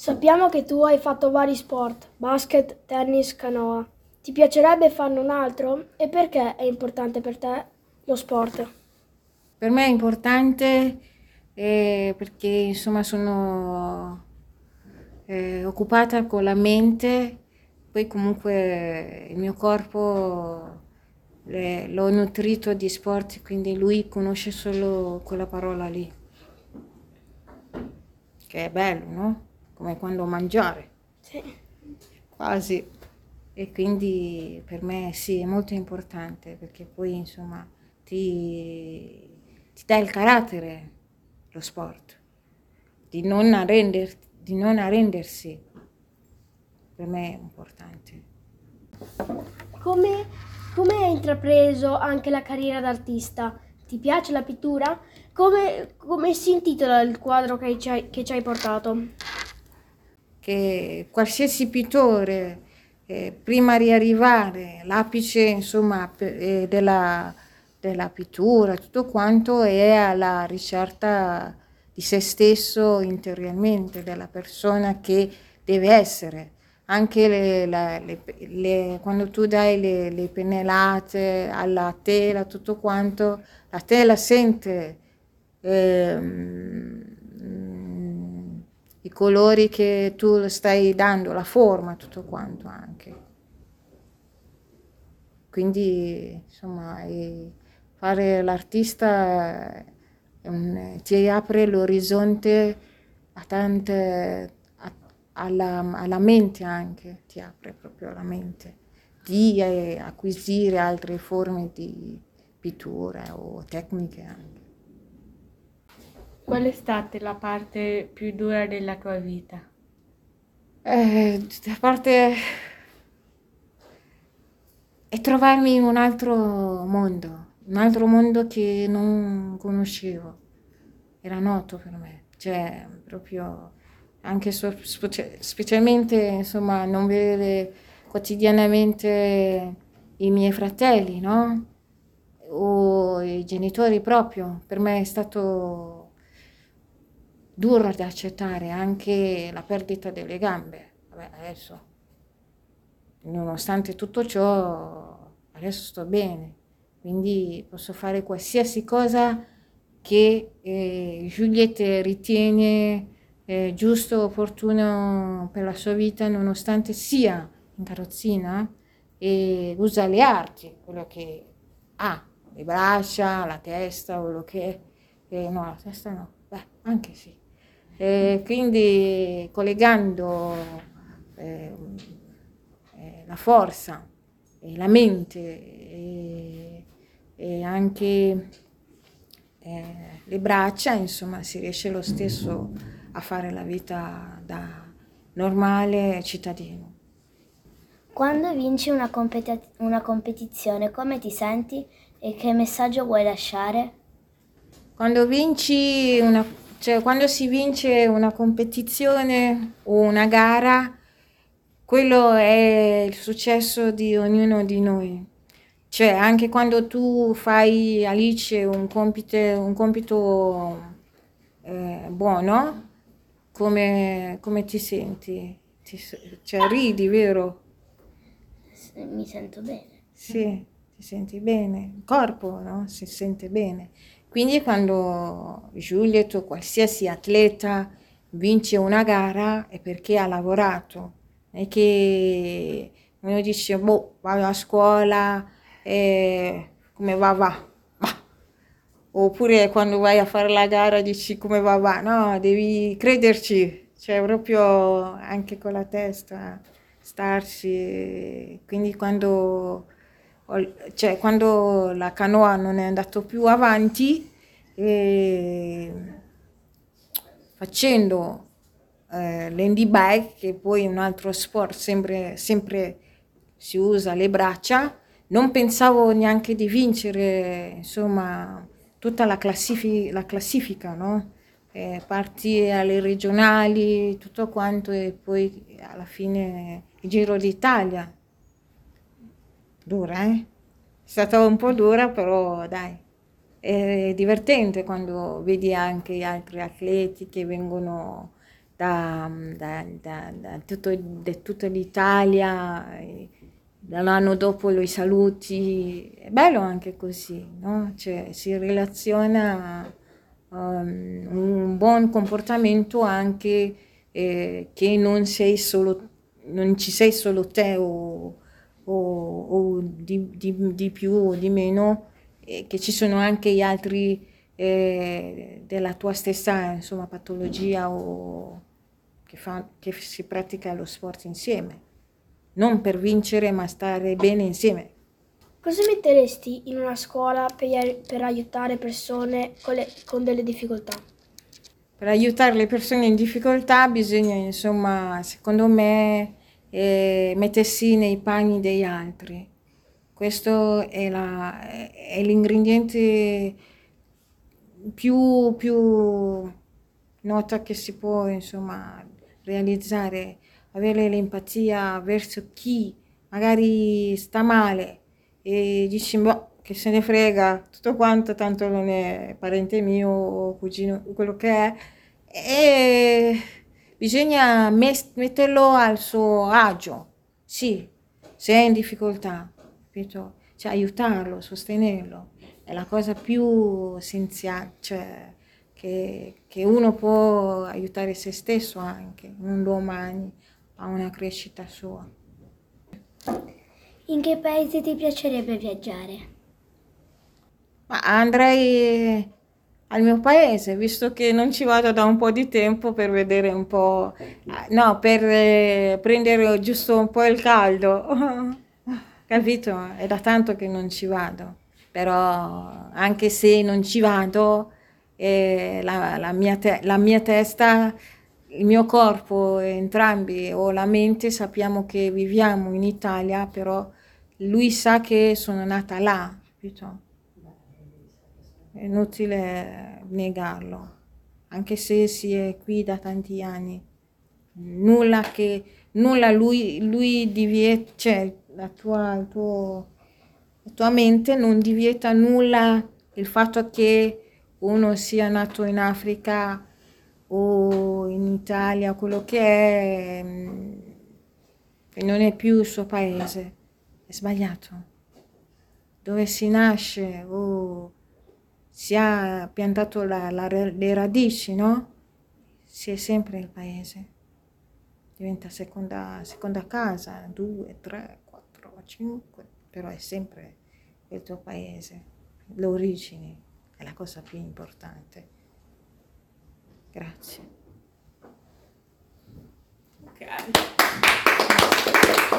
Sappiamo che tu hai fatto vari sport, basket, tennis, canoa. Ti piacerebbe farne un altro? E perché è importante per te lo sport? Per me è importante perché insomma sono occupata con la mente, poi comunque il mio corpo l'ho nutrito di sport, quindi lui conosce solo quella parola lì, che è bello, no? Come quando mangiare, Sì. quasi. E quindi per me sì, è molto importante perché poi insomma ti dà il carattere, lo sport, di non arrendersi, per me è importante. Come, come hai intrapreso anche la carriera d'artista? Ti piace la pittura? Come si intitola il quadro che ci hai portato? Che qualsiasi pittore, prima di arrivare all'apice insomma, della pittura, tutto quanto, è alla ricerca di se stesso interiormente, della persona che deve essere. Anche quando tu dai le pennellate alla tela, tutto quanto, la tela sente i colori che tu stai dando, la forma, tutto quanto anche. Quindi, insomma, fare l'artista ti apre l'orizzonte a alla mente anche, ti apre proprio la mente di acquisire altre forme di pittura o tecniche anche. Qual è stata la parte più dura della tua vita? A parte e trovarmi in un altro mondo che non conoscevo, era noto per me, cioè proprio anche specialmente insomma non vedere quotidianamente i miei fratelli, no? O i genitori proprio, per me è stato duro da accettare anche la perdita delle gambe. Vabbè, adesso nonostante tutto ciò, adesso sto bene, quindi posso fare qualsiasi cosa che Juliette ritiene giusto, opportuno per la sua vita, nonostante sia in carrozzina e usa le arti, quello che ha, le braccia, la testa, quello che è. No, la testa no, beh, anche sì. Quindi collegando eh, la forza, la mente e anche le braccia, insomma, si riesce lo stesso a fare la vita da normale cittadino. Quando vinci una competizione, come ti senti e che messaggio vuoi lasciare? Quando cioè quando si vince una competizione o una gara, quello è il successo di ognuno di noi. Cioè, anche quando tu fai Alice un compito buono, come ti senti? Cioè, ridi, vero? Mi sento bene. Sì, ti senti bene, il corpo, no? Si sente bene. Quindi quando Juliet o qualsiasi atleta vince una gara è perché ha lavorato, non è che uno dice, boh, vado a scuola e come va. Ma oppure quando vai a fare la gara dici come va, no, devi crederci, cioè proprio anche con la testa, starci. Quindi quando la canoa non è andato più avanti, eh, facendo l'handy bike, che poi è un altro sport, sempre si usa le braccia, non pensavo neanche di vincere, insomma, tutta la classifica, no? Parti alle regionali, tutto quanto e poi alla fine il Giro d'Italia. Dura, eh? È stata un po' dura, però dai. È divertente quando vedi anche gli altri atleti che vengono da tutta l'Italia, l'anno dopo lo saluti, è bello anche così, no? Cioè, si relaziona un buon comportamento anche che non ci sei solo te o di più o di meno, che ci sono anche gli altri della tua stessa, insomma, patologia o che si pratica lo sport insieme, non per vincere ma stare bene insieme. Cosa metteresti in una scuola per aiutare persone con delle difficoltà? Per aiutare le persone in difficoltà bisogna, insomma, secondo me, mettersi nei panni degli altri. Questo è l'ingrediente più nota che si può, insomma, realizzare, avere l'empatia verso chi magari sta male e dici, boh, che se ne frega, tutto quanto, tanto non è parente mio o cugino, quello che è, e bisogna metterlo al suo agio, sì, se è in difficoltà, capito? Cioè aiutarlo, sostenerlo, è la cosa più essenziale, cioè che uno può aiutare se stesso anche, un domani a una crescita sua. In che paese ti piacerebbe viaggiare? Ma andrei al mio paese, visto che non ci vado da un po' di tempo per vedere un po', no, per prendere giusto un po' il caldo, capito? È da tanto che non ci vado, però anche se non ci vado, la mia testa, il mio corpo, entrambi, o la mente, sappiamo che viviamo in Italia, però lui sa che sono nata là, capito? È inutile negarlo, anche se si è qui da tanti anni. Nulla lui divieta, cioè la tua mente non divieta nulla il fatto che uno sia nato in Africa o in Italia, quello che è, e non è più il suo paese, è sbagliato. Dove si nasce o si ha piantato le radici, no? Si è sempre il paese. Diventa seconda casa, 2, 3, 4, 5, però è sempre il tuo paese. L'origine è la cosa più importante. Grazie. Ok.